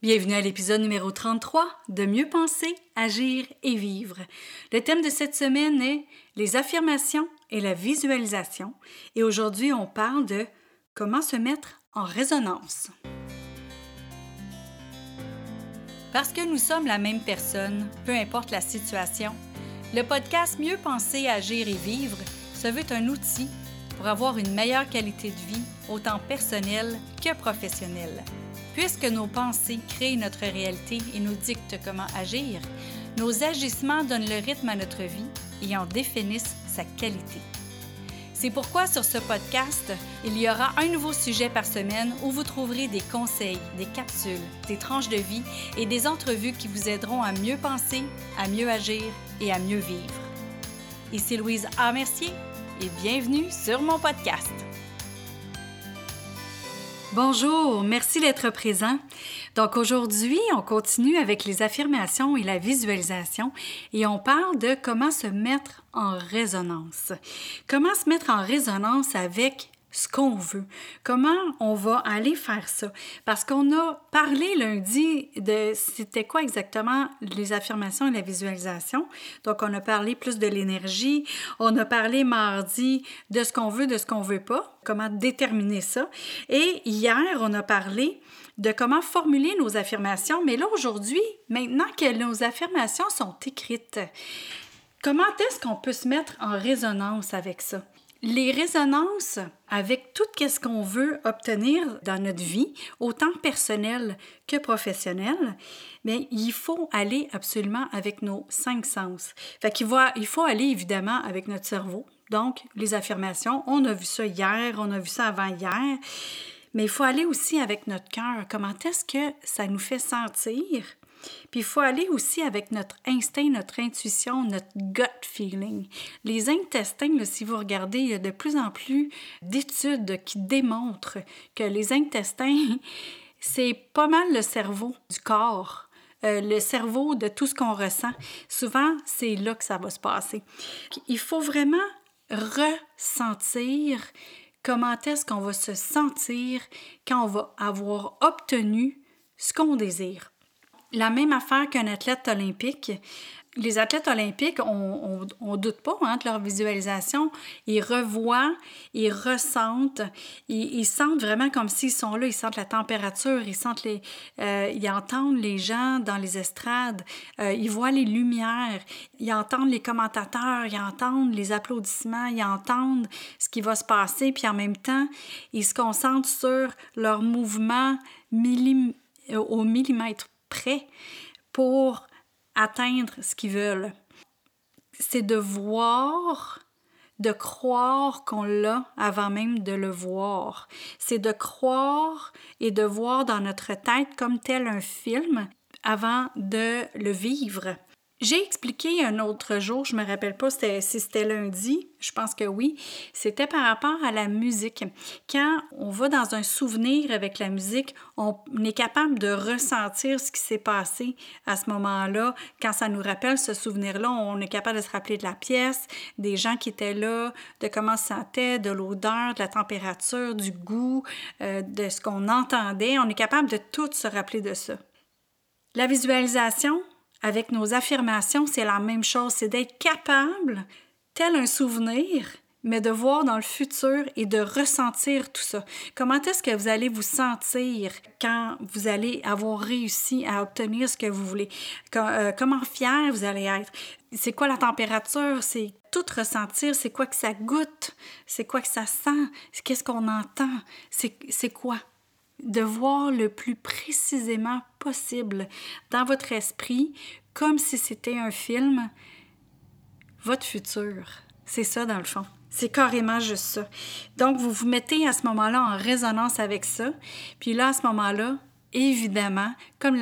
Bienvenue à l'épisode numéro 33 de Mieux penser, agir et vivre. Le thème de cette semaine est les affirmations et la visualisation. Et aujourd'hui, on parle de comment se mettre en résonance. Parce que nous sommes la même personne, peu importe la situation, le podcast Mieux penser, agir et vivre se veut un outil pour avoir une meilleure qualité de vie, autant personnelle que professionnelle. Puisque nos pensées créent notre réalité et nous dictent comment agir, nos agissements donnent le rythme à notre vie et en définissent sa qualité. C'est pourquoi sur ce podcast, il y aura un nouveau sujet par semaine où vous trouverez des conseils, des capsules, des tranches de vie et des entrevues qui vous aideront à mieux penser, à mieux agir et à mieux vivre. Ici Louise A. Mercier et bienvenue sur mon podcast. Bonjour, merci d'être présent. Donc aujourd'hui, on continue avec les affirmations et la visualisation et on parle de comment se mettre en résonance. Comment se mettre en résonance avec ce qu'on veut. Comment on va aller faire ça? Parce qu'on a parlé lundi de c'était quoi exactement les affirmations et la visualisation. Donc, on a parlé plus de l'énergie. On a parlé mardi de ce qu'on veut, de ce qu'on veut pas. Comment déterminer ça. Et hier, on a parlé de comment formuler nos affirmations. Mais là, aujourd'hui, maintenant que nos affirmations sont écrites, comment est-ce qu'on peut se mettre en résonance avec ça? Les résonances avec tout ce qu'on veut obtenir dans notre vie, autant personnelle que professionnelle, mais il faut aller absolument avec nos 5 sens. Fait qu'il faut aller évidemment avec notre cerveau. Donc, les affirmations, on a vu ça hier, on a vu ça avant-hier, mais il faut aller aussi avec notre cœur. Comment est-ce que ça nous fait sentir? Puis il faut aller aussi avec notre instinct, notre intuition, notre gut feeling. Les intestins, là, si vous regardez, il y a de plus en plus d'études qui démontrent que les intestins, c'est pas mal le cerveau du corps. Le cerveau de tout ce qu'on ressent. Souvent, c'est là que ça va se passer. Il faut vraiment ressentir comment est-ce qu'on va se sentir quand on va avoir obtenu ce qu'on désire. La même affaire qu'un athlète olympique. Les athlètes olympiques, on doute pas de leur visualisation. Ils revoient, ils ressentent, ils sentent vraiment comme s'ils sont là, ils sentent la température, ils entendent les gens dans les estrades, ils voient les lumières, ils entendent les commentateurs, ils entendent les applaudissements, ils entendent ce qui va se passer, puis en même temps, ils se concentrent sur leurs mouvements au millimètre prêt pour atteindre ce qu'ils veulent. C'est de voir, de croire qu'on l'a avant même de le voir. C'est de croire et de voir dans notre tête comme tel un film avant de le vivre. J'ai expliqué un autre jour, je ne me rappelle pas si c'était lundi, je pense que oui, c'était par rapport à la musique. Quand on va dans un souvenir avec la musique, on est capable de ressentir ce qui s'est passé à ce moment-là. Quand ça nous rappelle ce souvenir-là, on est capable de se rappeler de la pièce, des gens qui étaient là, de comment ça sentait, de l'odeur, de la température, du goût, de ce qu'on entendait. On est capable de tout se rappeler de ça. La visualisation, avec nos affirmations, c'est la même chose, c'est d'être capable, tel un souvenir, mais de voir dans le futur et de ressentir tout ça. Comment est-ce que vous allez vous sentir quand vous allez avoir réussi à obtenir ce que vous voulez? Comment fier vous allez être? C'est quoi la température? C'est tout ressentir. C'est quoi que ça goûte? C'est quoi que ça sent? Qu'est-ce qu'on entend? C'est quoi? De voir le plus précisément possible dans votre esprit, comme si c'était un film, votre futur. C'est ça, dans le fond. C'est carrément juste ça. Donc, vous vous mettez à ce moment-là en résonance avec ça. Puis là, à ce moment-là, évidemment, comme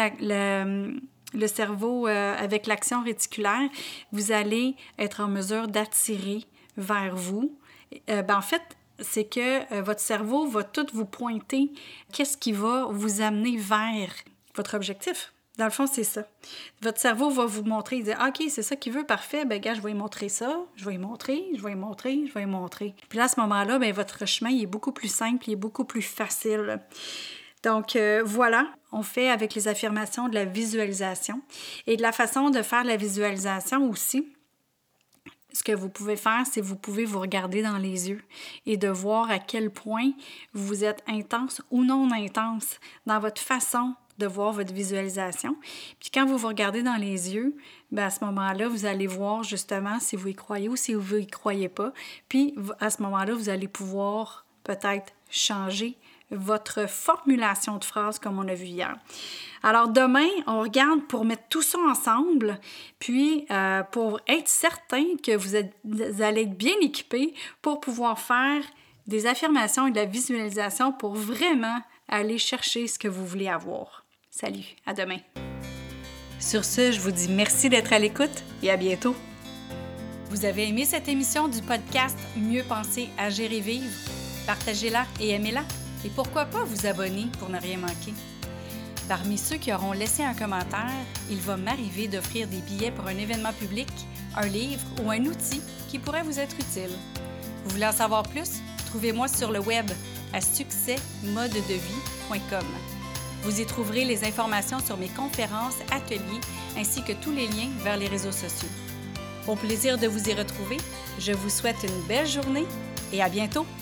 le cerveau avec l'action réticulaire, vous allez être en mesure d'attirer vers vous. En fait, c'est que votre cerveau va tout vous pointer qu'est-ce qui va vous amener vers votre objectif. Dans le fond, c'est ça. Votre cerveau va vous montrer, il dit « OK, c'est ça qu'il veut, parfait, ben gars, je vais lui montrer ça, je vais lui montrer. » Puis là, à ce moment-là, ben votre chemin il est beaucoup plus simple, il est beaucoup plus facile. Donc voilà, on fait avec les affirmations de la visualisation. Et de la façon de faire la visualisation aussi, ce que vous pouvez faire, c'est vous pouvez vous regarder dans les yeux et de voir à quel point vous êtes intense ou non intense dans votre façon de voir votre visualisation. Puis quand vous vous regardez dans les yeux, bien à ce moment-là, vous allez voir justement si vous y croyez ou si vous y croyez pas. Puis à ce moment-là, vous allez pouvoir peut-être changer votre formulation de phrase comme on a vu hier. Alors demain, on regarde pour mettre tout ça ensemble, puis pour être certain que vous allez être bien équipé pour pouvoir faire des affirmations et de la visualisation pour vraiment aller chercher ce que vous voulez avoir. Salut, à demain. Sur ce, je vous dis merci d'être à l'écoute et à bientôt. Vous avez aimé cette émission du podcast Mieux penser, agir et vivre? Partagez-la et aimez-la. Et pourquoi pas vous abonner pour ne rien manquer? Parmi ceux qui auront laissé un commentaire, il va m'arriver d'offrir des billets pour un événement public, un livre ou un outil qui pourrait vous être utile. Vous voulez en savoir plus? Trouvez-moi sur le web à succèsmodedevie.com. Vous y trouverez les informations sur mes conférences, ateliers, ainsi que tous les liens vers les réseaux sociaux. Au plaisir de vous y retrouver, je vous souhaite une belle journée et à bientôt!